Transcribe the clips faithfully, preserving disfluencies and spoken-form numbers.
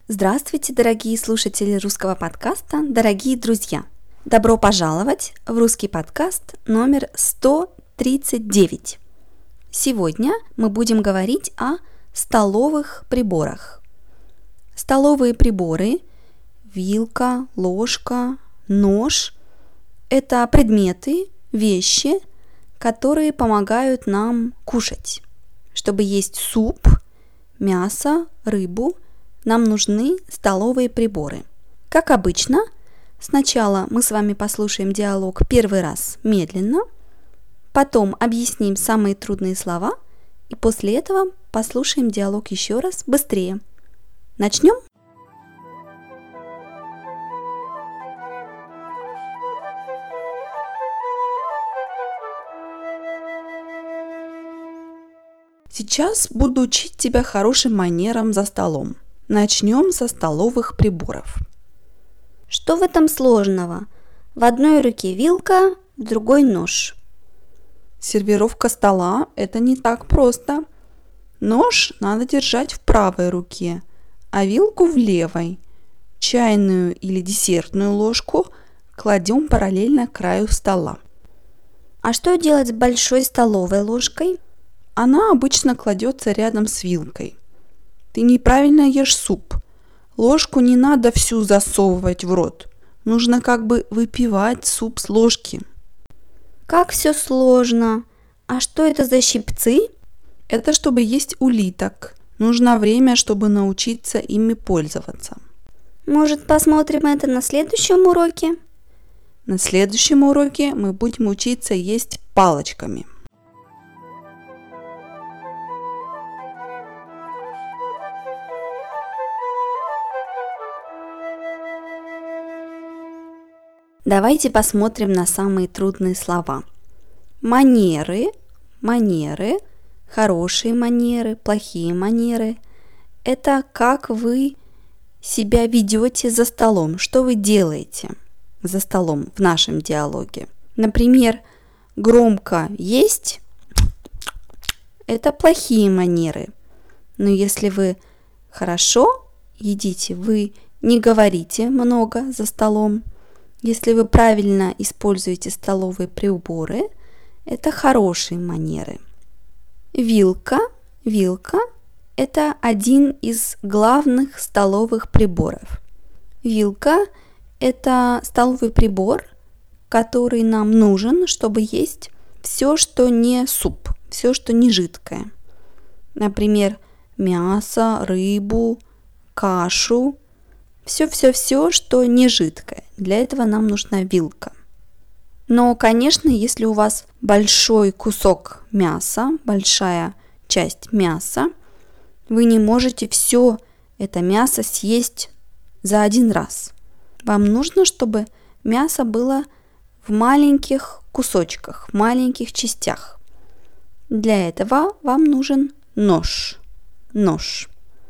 Здравствуйте, дорогие слушатели русского подкаста, дорогие друзья! Добро пожаловать в русский подкаст номер сто тридцать девять. Сегодня мы будем говорить о столовых приборах. Столовые приборы – вилка, ложка, нож – это предметы, вещи, которые помогают нам кушать. Чтобы есть суп, мясо, рыбу, нам нужны столовые приборы. Как обычно, сначала мы с вами послушаем диалог первый раз медленно, потом объясним самые трудные слова, и после этого послушаем диалог еще раз быстрее. Начнем? Сейчас буду учить тебя хорошим манерам за столом. Начнем со столовых приборов. Что в этом сложного? В одной руке вилка, в другой нож. Сервировка стола – это не так просто. Нож надо держать в правой руке, а вилку в левой. Чайную или десертную ложку кладем параллельно краю стола. А что делать с большой столовой ложкой? Она обычно кладется рядом с вилкой. Ты неправильно ешь суп. Ложку не надо всю засовывать в рот. Нужно как бы выпивать суп с ложки. Как все сложно. А что это за щипцы? Это чтобы есть улиток. Нужно время, чтобы научиться ими пользоваться. Может, посмотрим это на следующем уроке? На следующем уроке мы будем учиться есть палочками. Давайте посмотрим на самые трудные слова. Манеры, манеры, хорошие манеры, плохие манеры – это как вы себя ведете за столом, что вы делаете за столом в нашем диалоге. Например, громко есть – это плохие манеры. Но если вы хорошо едите, вы не говорите много за столом. Если вы правильно используете столовые приборы, это хорошие манеры. Вилка, вилка – это один из главных столовых приборов. Вилка – это столовый прибор, который нам нужен, чтобы есть все, что не суп, все, что не жидкое. Например, мясо, рыбу, кашу. Все-все-все, что не жидкое. Для этого нам нужна вилка. Но, конечно, если у вас большой кусок мяса, большая часть мяса, вы не можете все это мясо съесть за один раз. Вам нужно, чтобы мясо было в маленьких кусочках, в маленьких частях. Для этого вам нужен нож. Нож.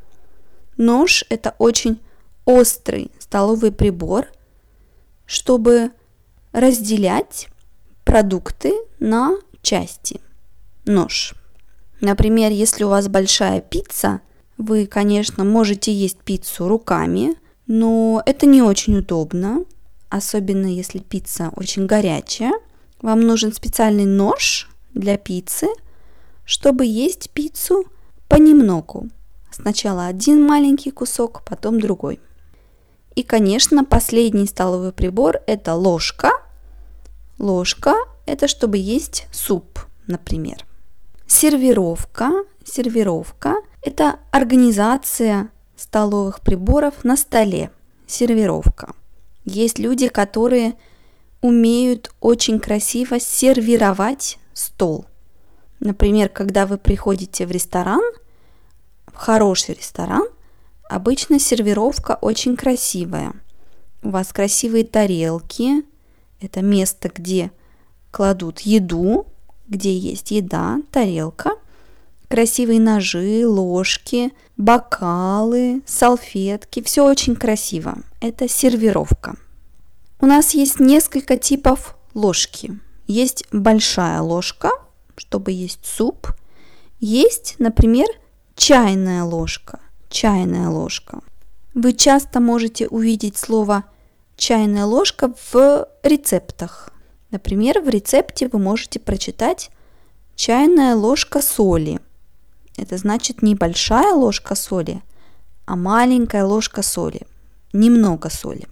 Нож – это очень острый столовый прибор, чтобы разделять продукты на части. Нож. Например, если у вас большая пицца, вы, конечно, можете есть пиццу руками, но это не очень удобно, особенно если пицца очень горячая. Вам нужен специальный нож для пиццы, чтобы есть пиццу понемногу. Сначала один маленький кусок, потом другой. И, конечно, последний столовый прибор – это ложка. Ложка – это чтобы есть суп, например. Сервировка. Сервировка – это организация столовых приборов на столе. Сервировка. Есть люди, которые умеют очень красиво сервировать стол. Например, когда вы приходите в ресторан, в хороший ресторан, обычно сервировка очень красивая. У вас красивые тарелки. Это место, где кладут еду, где есть еда, тарелка. Красивые ножи, ложки, бокалы, салфетки. Все очень красиво. Это сервировка. У нас есть несколько типов ложки. Есть большая ложка, чтобы есть суп. Есть, например, чайная ложка. Чайная ложка. Вы часто можете увидеть слово «чайная ложка» в рецептах. Например, в рецепте вы можете прочитать «чайная ложка соли». Это значит не большая ложка соли, а маленькая ложка соли, немного соли.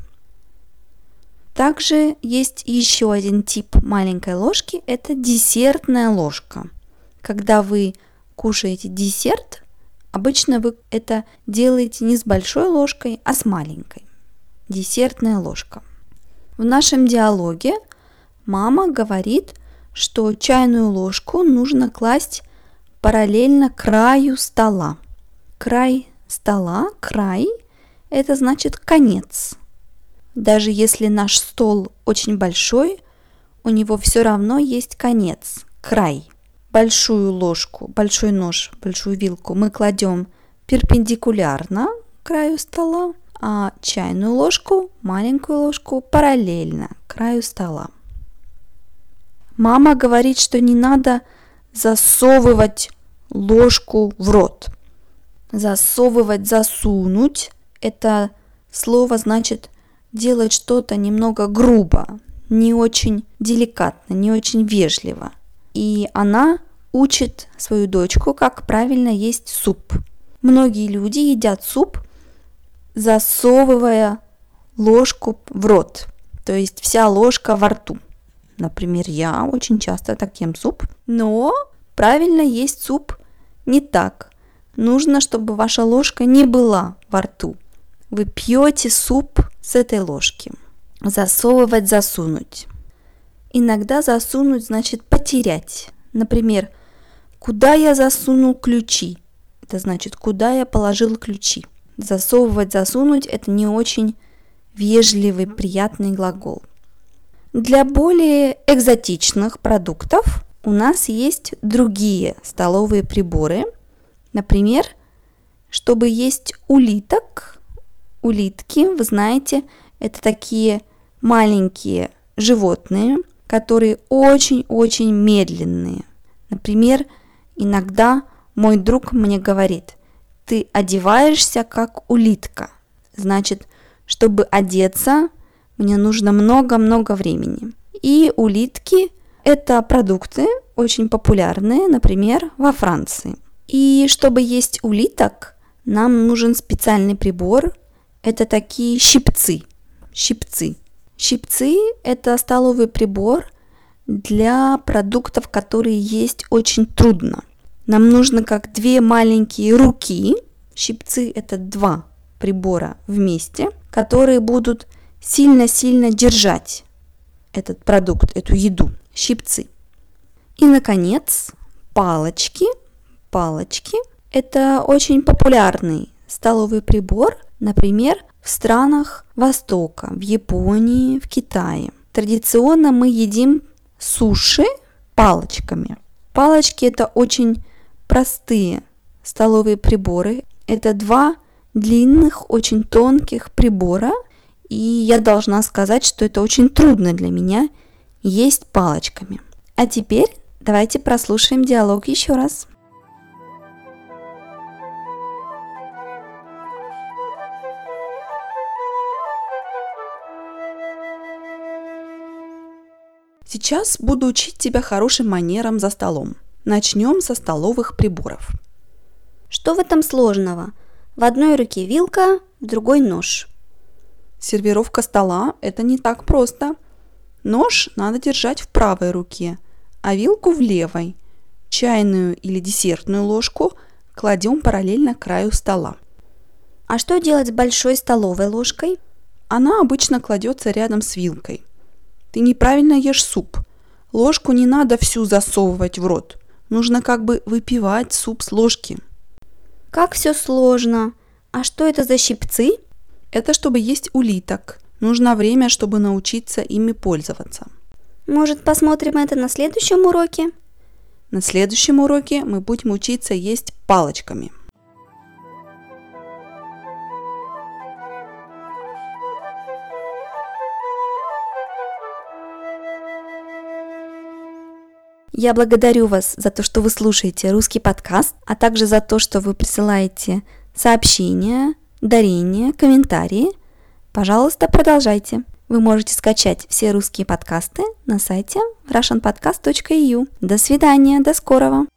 Также есть еще один тип маленькой ложки, это десертная ложка. Когда вы кушаете десерт, обычно вы это делаете не с большой ложкой, а с маленькой. Десертная ложка. В нашем диалоге мама говорит, что чайную ложку нужно класть параллельно краю стола. Край стола, край, это значит конец. Даже если наш стол очень большой, у него все равно есть конец, край. Большую ложку, большой нож, большую вилку мы кладем перпендикулярно к краю стола, а чайную ложку, маленькую ложку параллельно к краю стола. Мама говорит, что не надо засовывать ложку в рот. Засовывать, засунуть – это слово значит делать что-то немного грубо, не очень деликатно, не очень вежливо. И она учит свою дочку, как правильно есть суп. Многие люди едят суп, засовывая ложку в рот, то есть вся ложка во рту. Например, я очень часто так ем суп, но правильно есть суп не так. Нужно, чтобы ваша ложка не была во рту. Вы пьете суп с этой ложки. Засовывать, засунуть. Иногда засунуть значит потерять. Например, куда я засунул ключи? Это значит, куда я положил ключи. Засовывать, засунуть – это не очень вежливый, приятный глагол. Для более экзотичных продуктов у нас есть другие столовые приборы. Например, чтобы есть улиток, улитки, вы знаете, это такие маленькие животные, которые очень-очень медленные. Например, иногда мой друг мне говорит: ты одеваешься как улитка. Значит, чтобы одеться, мне нужно много-много времени. И улитки – это продукты очень популярные, например, во Франции. И чтобы есть улиток, нам нужен специальный прибор. Это такие щипцы. Щипцы. Щипцы – это столовый прибор для продуктов, которые есть очень трудно. Нам нужно как две маленькие руки. Щипцы – это два прибора вместе, которые будут сильно-сильно держать этот продукт, эту еду. Щипцы. И, наконец, палочки. Палочки – это очень популярный столовый прибор, например, в странах Востока, в Японии, в Китае. Традиционно мы едим суши палочками. Палочки – это очень простые столовые приборы. Это два длинных, очень тонких прибора. И я должна сказать, что это очень трудно для меня есть палочками. А теперь давайте прослушаем диалог еще раз. Сейчас буду учить тебя хорошим манерам за столом. Начнем со столовых приборов. Что в этом сложного? В одной руке вилка, в другой нож. Сервировка стола – это не так просто. Нож надо держать в правой руке, а вилку в левой. Чайную или десертную ложку кладем параллельно краю стола. А что делать с большой столовой ложкой? Она обычно кладется рядом с вилкой. Ты неправильно ешь суп. Ложку не надо всю засовывать в рот. Нужно как бы выпивать суп с ложки. Как все сложно. А что это за щипцы? Это чтобы есть улиток. Нужно время, чтобы научиться ими пользоваться. Может, посмотрим это на следующем уроке? На следующем уроке мы будем учиться есть палочками. Я благодарю вас за то, что вы слушаете русский подкаст, а также за то, что вы присылаете сообщения дарения, комментарии. Пожалуйста, продолжайте. Вы можете скачать все русские подкасты на сайте russian podcast точка e u. До свидания, до скорого!